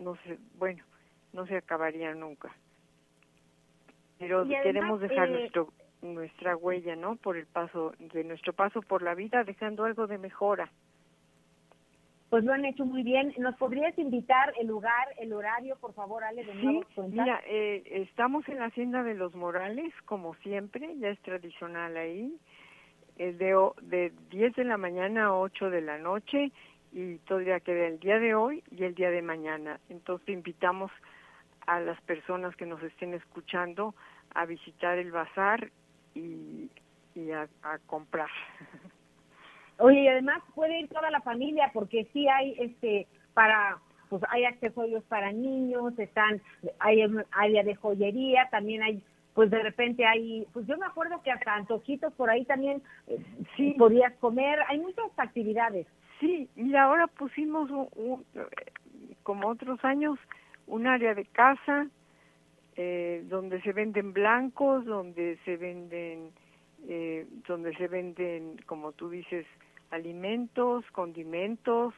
se acabaría nunca. Pero además, queremos dejar nuestra huella, ¿no? Por nuestro paso por la vida, dejando algo de mejora. Pues lo han hecho muy bien. ¿Nos podrías indicar el lugar, el horario, por favor, Ale, de nuevo? Sí, mira, estamos en la Hacienda de los Morales, como siempre, ya es tradicional ahí, de 10 de la mañana a 8 de la noche, y todavía queda el día de hoy y el día de mañana. Entonces invitamos a las personas que nos estén escuchando a visitar el bazar y a comprar. Oye, y además puede ir toda la familia porque sí hay hay accesorios para niños, hay área de joyería, también hay, pues de repente hay, pues yo me acuerdo que hasta antojitos por ahí también sí podías comer, hay muchas actividades. Sí, y ahora pusimos como otros años un área de casa donde se venden blancos, donde se venden como tú dices, alimentos, condimentos,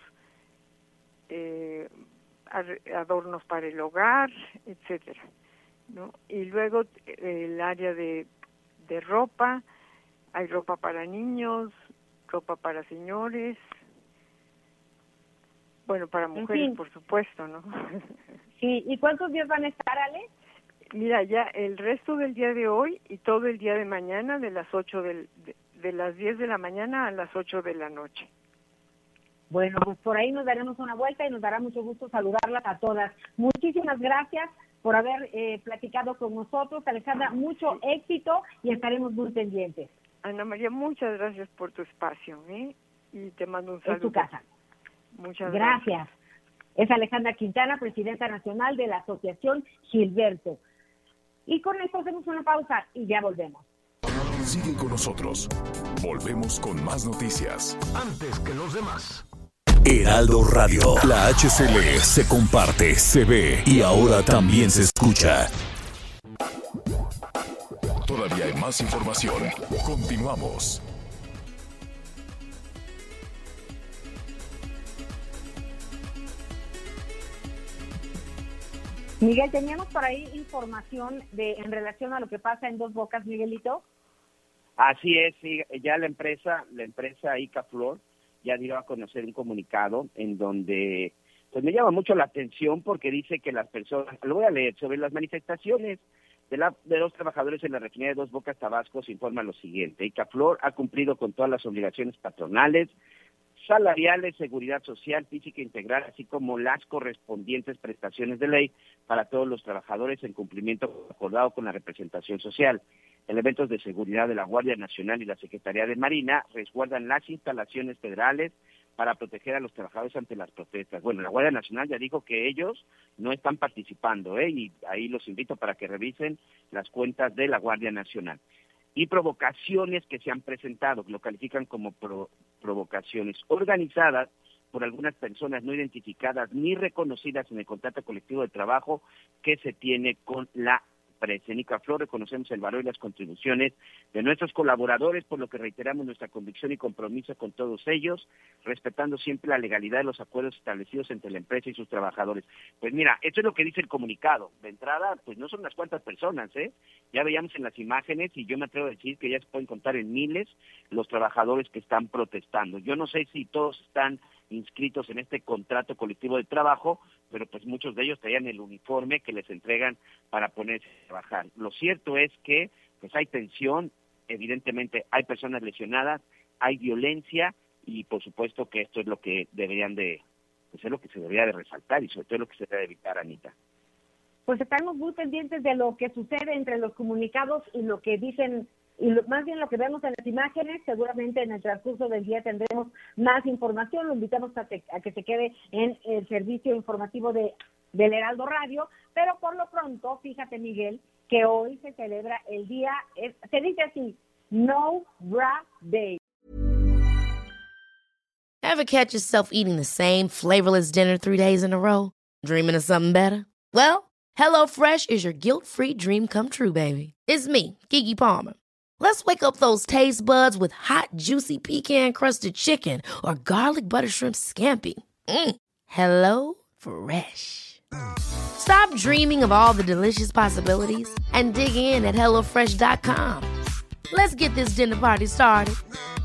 adornos para el hogar, etcétera, ¿no? Y luego el área de ropa, hay ropa para niños, ropa para señores, bueno, para mujeres, en fin, por supuesto, ¿no? Sí, ¿y cuántos días van a estar, Ale? Mira, ya el resto del día de hoy y todo el día de mañana de las 10 de la mañana a las 8 de la noche. Bueno, pues por ahí nos daremos una vuelta y nos dará mucho gusto saludarlas a todas. Muchísimas gracias por haber platicado con nosotros. Alejandra, mucho éxito y estaremos muy pendientes. Ana María, muchas gracias por tu espacio, y te mando un saludo. En tu casa. Muchas gracias. Es Alejandra Quintana, presidenta nacional de la Asociación Gilberto. Y con esto hacemos una pausa y ya volvemos. Sigue con nosotros. Volvemos con más noticias. Antes que los demás. Heraldo Radio. La HCL se comparte, se ve y ahora también se escucha. Todavía hay más información. Continuamos. Miguel, teníamos por ahí información en relación a lo que pasa en Dos Bocas, Miguelito. Así es, sí, ya la empresa Icaflor ya dio a conocer un comunicado en donde pues me llama mucho la atención porque dice que las personas, lo voy a leer, sobre las manifestaciones de los trabajadores en la refinería de Dos Bocas, Tabasco, se informa lo siguiente: Icaflor ha cumplido con todas las obligaciones patronales, salariales, seguridad social, física integral, así como las correspondientes prestaciones de ley para todos los trabajadores en cumplimiento acordado con la representación social. Elementos de seguridad de la Guardia Nacional y la Secretaría de Marina resguardan las instalaciones federales para proteger a los trabajadores ante las protestas. Bueno, la Guardia Nacional ya dijo que ellos no están participando, y ahí los invito para que revisen las cuentas de la Guardia Nacional. Y provocaciones que se han presentado, que lo califican como provocaciones organizadas por algunas personas no identificadas ni reconocidas en el contrato colectivo de trabajo que se tiene con la empresa. En Icaflor reconocemos el valor y las contribuciones de nuestros colaboradores, por lo que reiteramos nuestra convicción y compromiso con todos ellos, respetando siempre la legalidad de los acuerdos establecidos entre la empresa y sus trabajadores. Pues mira, esto es lo que dice el comunicado. De entrada, pues no son unas cuantas personas, ya veíamos en las imágenes y yo me atrevo a decir que ya se pueden contar en miles los trabajadores que están protestando. Yo no sé si todos están inscritos en este contrato colectivo de trabajo, pero pues muchos de ellos traían el uniforme que les entregan para ponerse a trabajar. Lo cierto es que pues hay tensión, evidentemente hay personas lesionadas, hay violencia y por supuesto que esto es lo que deberían de, pues es lo que se debería de resaltar y sobre todo lo que se debe evitar, Anita. pues estaremos muy pendientes de lo que sucede entre los comunicados y lo que dicen, más bien lo que vemos en las imágenes. Seguramente en el transcurso del día tendremos más información. Lo invitamos a que se quede en el servicio informativo del Heraldo Radio, pero por lo pronto, fíjate, Miguel, que hoy se celebra el día, se dice así, No Bra Day. Ever catch yourself eating the same flavorless dinner 3 days in a row? Dreaming of something better? Well, HelloFresh is your guilt-free dream come true, baby. It's me, Keke Palmer. Let's wake up those taste buds with hot, juicy pecan-crusted chicken or garlic butter shrimp scampi. Hello Fresh. Stop dreaming of all the delicious possibilities and dig in at HelloFresh.com. Let's get this dinner party started.